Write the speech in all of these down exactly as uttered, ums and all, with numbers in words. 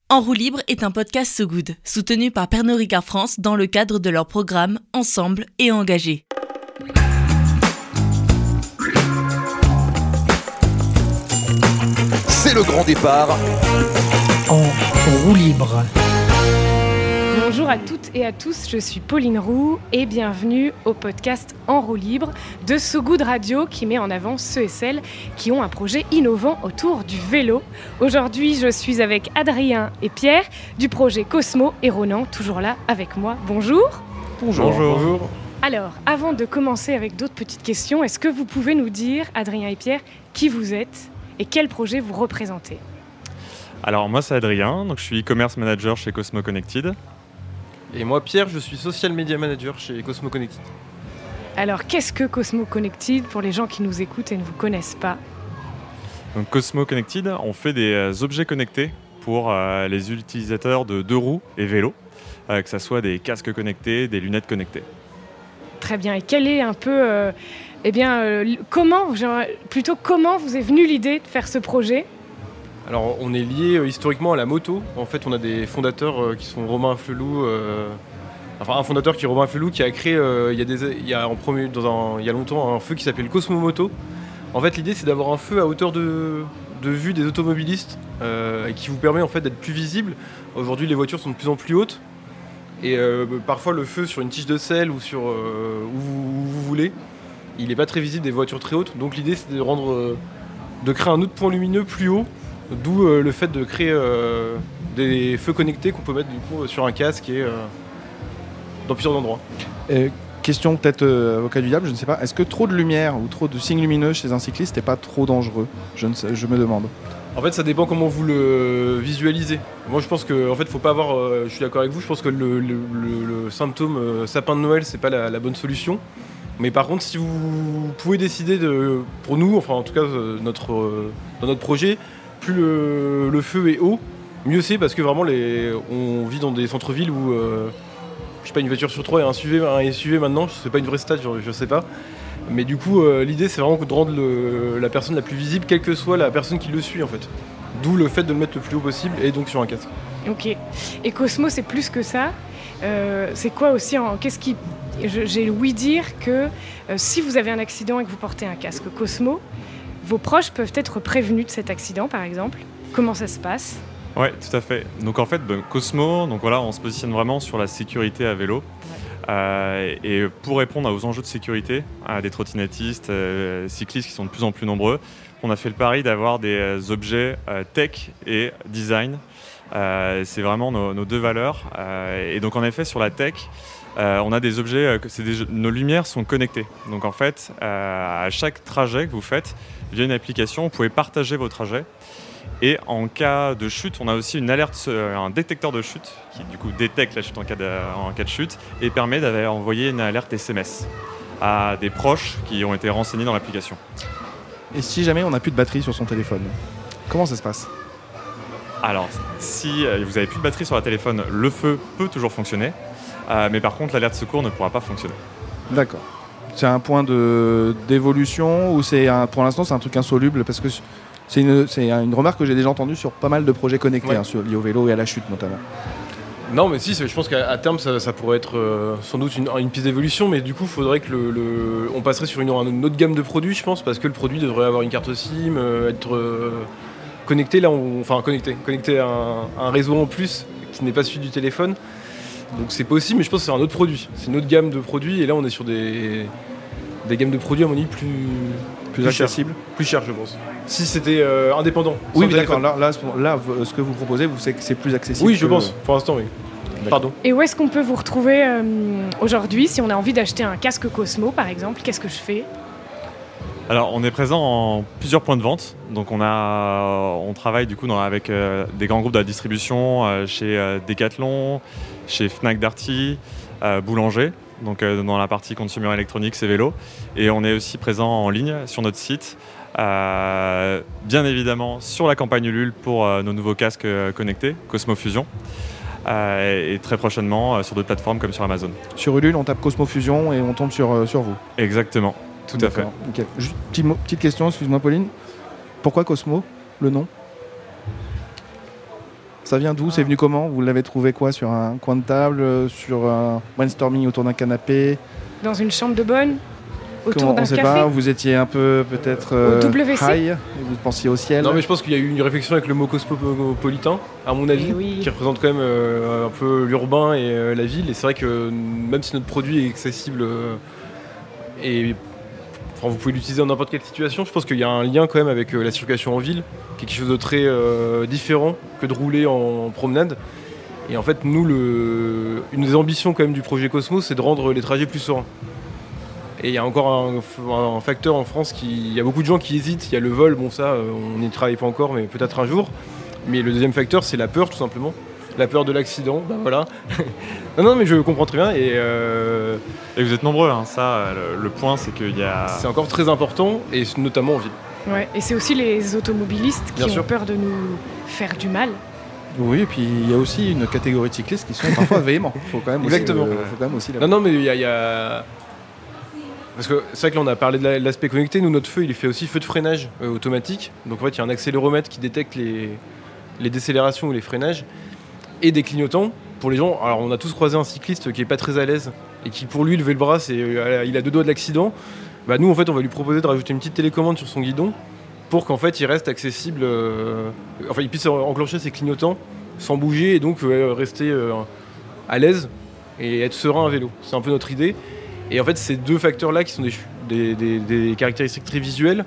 En roue libre est un podcast So Good, soutenu par Pernod Ricard France dans le cadre de leur programme Ensemble et Engagés. C'est le grand départ en roue libre. Bonjour à toutes et à tous, je suis Pauline Roux et bienvenue au podcast En roue libre de So Good Radio qui met en avant ceux et celles qui ont un projet innovant autour du vélo. Aujourd'hui, je suis avec Adrien et Pierre du projet Cosmo et Ronan, toujours là avec moi. Bonjour. Bonjour. Bonjour. Alors, avant de commencer avec d'autres petites questions, est-ce que vous pouvez nous dire, Adrien et Pierre, qui vous êtes et quel projet vous représentez ? Alors moi c'est Adrien, donc je suis e-commerce manager chez Cosmo Connected. Et moi Pierre, je suis social media manager chez Cosmo Connected. Alors qu'est-ce que Cosmo Connected pour les gens qui nous écoutent et ne vous connaissent pas ? Donc Cosmo Connected, on fait des objets connectés pour euh, les utilisateurs de deux roues et vélos, euh, que ce soit des casques connectés, des lunettes connectées. Très bien, et quel est un peu, euh, eh bien, euh, comment, genre, plutôt comment vous est venue l'idée de faire ce projet ? Alors on est lié euh, historiquement à la moto. En fait on a des fondateurs euh, qui sont Romain Flelou, euh, enfin un fondateur qui est Romain Flelou qui a créé euh, il y a des il y a en premier dans un, il y a longtemps un feu qui s'appelait le Cosmo Moto. En fait l'idée c'est d'avoir un feu à hauteur de, de vue des automobilistes euh, et qui vous permet en fait d'être plus visible. Aujourd'hui les voitures sont de plus en plus hautes et euh, parfois le feu sur une tige de sel ou sur euh, où, vous, où vous voulez, il n'est pas très visible des voitures très hautes. Donc l'idée c'est de rendre euh, de créer un autre point lumineux plus haut. D'où euh, le fait de créer euh, des feux connectés qu'on peut mettre du coup sur un casque et euh, dans plusieurs endroits. Euh, question peut-être euh, avocat du diable, je ne sais pas. Est-ce que trop de lumière ou trop de signes lumineux chez un cycliste n'est pas trop dangereux ? Je ne sais, je me demande. En fait, ça dépend comment vous le visualisez. Moi, je pense que, en fait, faut pas avoir. Euh, je suis d'accord avec vous. Je pense que le, le, le, le symptôme euh, sapin de Noël, c'est pas la, la bonne solution. Mais par contre, si vous pouvez décider de, pour nous, enfin en tout cas euh, notre euh, dans notre projet. Plus le, le feu est haut, mieux c'est parce que vraiment les, on vit dans des centres-villes où euh, je sais pas, une voiture sur trois et un S U V, un S U V maintenant, c'est pas une vraie stat, je, je sais pas. Mais du coup euh, l'idée c'est vraiment de rendre le, la personne la plus visible, quelle que soit la personne qui le suit en fait. D'où le fait de le mettre le plus haut possible et donc sur un casque. Ok. Et Cosmo c'est plus que ça. Euh, c'est quoi aussi en, qu'est-ce qui, je, j'ai ouï dire que euh, si vous avez un accident et que vous portez un casque Cosmo, vos proches peuvent être prévenus de cet accident, par exemple. Comment ça se passe ? Oui, tout à fait. Donc en fait, ben, Cosmo, donc voilà, on se positionne vraiment sur la sécurité à vélo. Ouais. Euh, et pour répondre aux enjeux de sécurité, à des trottinettistes, euh, cyclistes qui sont de plus en plus nombreux, on a fait le pari d'avoir des objets euh, tech et design. Euh, c'est vraiment nos, nos deux valeurs. Euh, et donc en effet, sur la tech, Euh, on a des objets, euh, c'est des, nos lumières sont connectées. Donc en fait, euh, à chaque trajet que vous faites, via une application, vous pouvez partager vos trajets. Et en cas de chute, on a aussi une alerte, euh, un détecteur de chute qui du coup détecte la chute en cas de, en cas de chute et permet d'envoyer une alerte S M S à des proches qui ont été renseignés dans l'application. Et si jamais on n'a plus de batterie sur son téléphone, comment ça se passe ? Alors, si euh, vous n'avez plus de batterie sur le téléphone, le feu peut toujours fonctionner. Euh, mais par contre, l'alerte secours ne pourra pas fonctionner. D'accord. C'est un point de, d'évolution ou c'est un, pour l'instant c'est un truc insoluble parce que c'est une, c'est une remarque que j'ai déjà entendue sur pas mal de projets connectés, ouais. hein, sur, liés au vélo et à la chute notamment. Non mais si, je pense qu'à terme ça, ça pourrait être euh, sans doute une, une piste d'évolution, mais du coup il faudrait que le, le, on passerait sur une, une autre gamme de produits, je pense, parce que le produit devrait avoir une carte SIM, euh, être euh, connecté, là, on, enfin connecté, connecté à un, à un réseau en plus qui n'est pas celui du téléphone. Donc c'est possible, mais je pense que c'est un autre produit. C'est une autre gamme de produits, et là on est sur des, des gammes de produits à mon avis plus, plus, plus accessibles, plus cher, je pense. Si c'était euh, indépendant. Oui, mais d'accord. Là, là, là, ce que vous proposez, vous savez que c'est plus accessible. Oui, je que... pense. Pour l'instant, oui. D'accord. Pardon. Et où est-ce qu'on peut vous retrouver euh, aujourd'hui si on a envie d'acheter un casque Cosmo, par exemple ? Qu'est-ce que je fais ? Alors, on est présent en plusieurs points de vente. Donc, on a, on travaille du coup dans, avec euh, des grands groupes de la distribution, euh, chez euh, Decathlon, chez Fnac Darty, euh, Boulanger, donc euh, dans la partie consumer électronique et vélo. Et on est aussi présent en ligne sur notre site, euh, bien évidemment sur la campagne Ulule pour euh, nos nouveaux casques euh, connectés, Cosmo Fusion. Euh, et très prochainement euh, sur d'autres plateformes comme sur Amazon. Sur Ulule, on tape Cosmo Fusion et on tombe sur, euh, sur vous. Exactement. Tout D'accord. à fait. Okay. Juste petit mot, petite question, excuse-moi Pauline. Pourquoi Cosmo, le nom ? Ça vient d'où ? C'est venu comment ? Vous l'avez trouvé quoi ? Sur un coin de table, euh, sur un brainstorming autour d'un canapé ? Dans une chambre de bonne, autour Comment, d'un on sait café. pas, vous étiez un peu peut-être Au W C. high, vous pensiez au ciel. Non, mais je pense qu'il y a eu une réflexion avec le mot cosmopolitain, à mon avis, Eh oui. qui représente quand même euh, un peu l'urbain et euh, la ville. Et c'est vrai que même si notre produit est accessible euh, et enfin, vous pouvez l'utiliser dans n'importe quelle situation, je pense qu'il y a un lien quand même avec euh, la circulation en ville, qui est quelque chose de très euh, différent que de rouler en, en promenade. Et en fait, nous, le, une des ambitions quand même du projet Cosmos, c'est de rendre les trajets plus sereins. Et il y a encore un, un facteur en France qui... Il y a beaucoup de gens qui hésitent. Il y a le vol, bon ça, euh, on n'y travaille pas encore, mais peut-être un jour. Mais le deuxième facteur, c'est la peur, tout simplement. La peur de l'accident, ben voilà. non, non, mais je comprends très bien. Et, euh, Et vous êtes nombreux, hein, ça, le, le point, c'est qu'il y a... c'est encore très important, et notamment en ville. Ouais. Et c'est aussi les automobilistes qui Bien ont sûr. peur de nous faire du mal. Oui, et puis il y a aussi une catégorie de cyclistes qui sont parfois véhéments. Faut quand même Exactement. Aussi, euh, faut quand même aussi Non, non, mais il y a... il y a- Parce que c'est vrai que là, on a parlé de la- de l'aspect connecté. Nous, notre feu, il fait aussi feu de freinage euh, automatique. Donc en fait, il y a un accéléromètre qui détecte les, les décélérations ou les freinages. Et des clignotants pour les gens. Alors on a tous croisé un cycliste qui est pas très à l'aise et qui pour lui lever le bras, c'est, euh, il a deux doigts de l'accident. Bah, nous en fait on va lui proposer de rajouter une petite télécommande sur son guidon pour qu'en fait il reste accessible, euh, enfin il puisse enclencher ses clignotants sans bouger et donc euh, rester euh, à l'aise et être serein à vélo. C'est un peu notre idée. Et en fait ces deux facteurs là qui sont des, des, des, des caractéristiques très visuelles,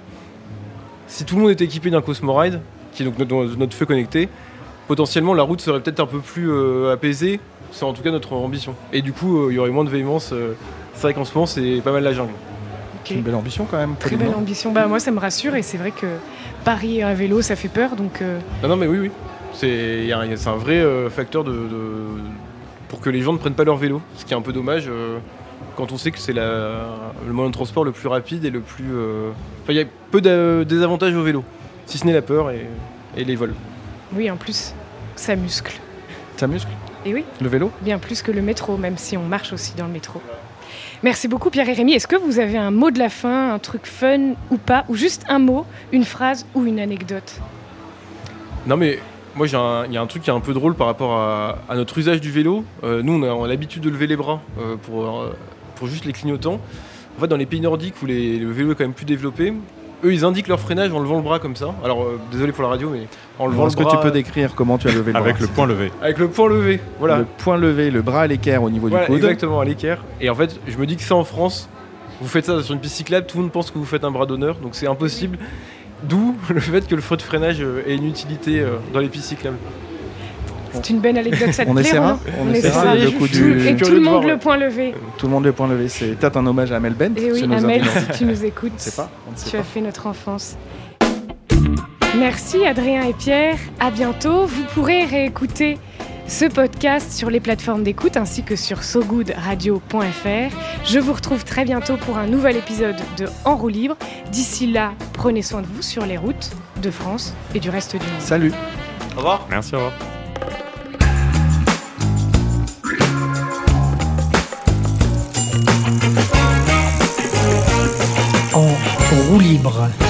si tout le monde était équipé d'un Cosmo Ride, qui est donc notre, notre feu connecté, potentiellement la route serait peut-être un peu plus euh, apaisée, c'est en tout cas notre ambition. Et du coup, euh, il y aurait moins de véhémence. Euh, c'est vrai qu'en ce moment, c'est pas mal la jungle. Ok. C'est une belle ambition quand même. Très Pauline, belle non ? ambition. Bah, moi, ça me rassure et c'est vrai que Paris à vélo, ça fait peur. Donc, euh, Non, non, mais oui, oui. C'est, y a- y a- c'est un vrai euh, facteur de, de- pour que les gens ne prennent pas leur vélo. Ce qui est un peu dommage euh, quand on sait que c'est la, le moyen de transport le plus rapide et le plus. euh, Enfin, il y a peu de désavantages au vélo, si ce n'est la peur et, et les vols. oui, en plus, ça muscle. Ça muscle Et oui, le vélo ? bien plus que le métro, même si on marche aussi dans le métro. Merci beaucoup Pierre et Rémi. Est-ce que vous avez un mot de la fin, un truc fun ou pas, ou juste un mot, une phrase ou une anecdote ? Non mais moi j'ai un- il y a un truc qui est un peu drôle par rapport à, à notre usage du vélo. Euh, nous on a, on a l'habitude de lever les bras euh, pour, euh, pour juste les clignotants. En fait dans les pays nordiques où les- le vélo est quand même plus développé, eux ils indiquent leur freinage en levant le bras comme ça. Alors euh, désolé pour la radio mais en levant Est-ce le que bras tu peux décrire comment tu as levé le Avec bras le point levé. avec le point levé. Voilà. Le point levé, le bras à l'équerre au niveau Voilà, du coude. exactement à l'équerre. Et en fait je me dis que ça en France, vous faites ça sur une piste cyclable, tout le monde pense que vous faites un bras d'honneur, donc c'est impossible. D'où le fait que le feu de freinage euh, ait une utilité euh, dans les pistes cyclables. C'est une belle anecdote, ça te On plaît, essaiera, Romain on On essaiera essaiera. le coup Tout- du... Et tout Curieux le de monde voir, le ouais. point levé. Tout le monde le point levé. C'est peut-être un hommage à Amel Bent. Et oui, chez nos Amel, internautes. si tu nous écoutes, On ne sait pas. On ne sait tu pas. as fait notre enfance. Merci Adrien et Pierre, à bientôt. Vous pourrez réécouter ce podcast sur les plateformes d'écoute ainsi que sur so good radio point f r. Je vous retrouve très bientôt pour un nouvel épisode de En roue libre. D'ici là, prenez soin de vous sur les routes de France et du reste du monde. Salut. Au revoir. Merci, au revoir. En roue libre.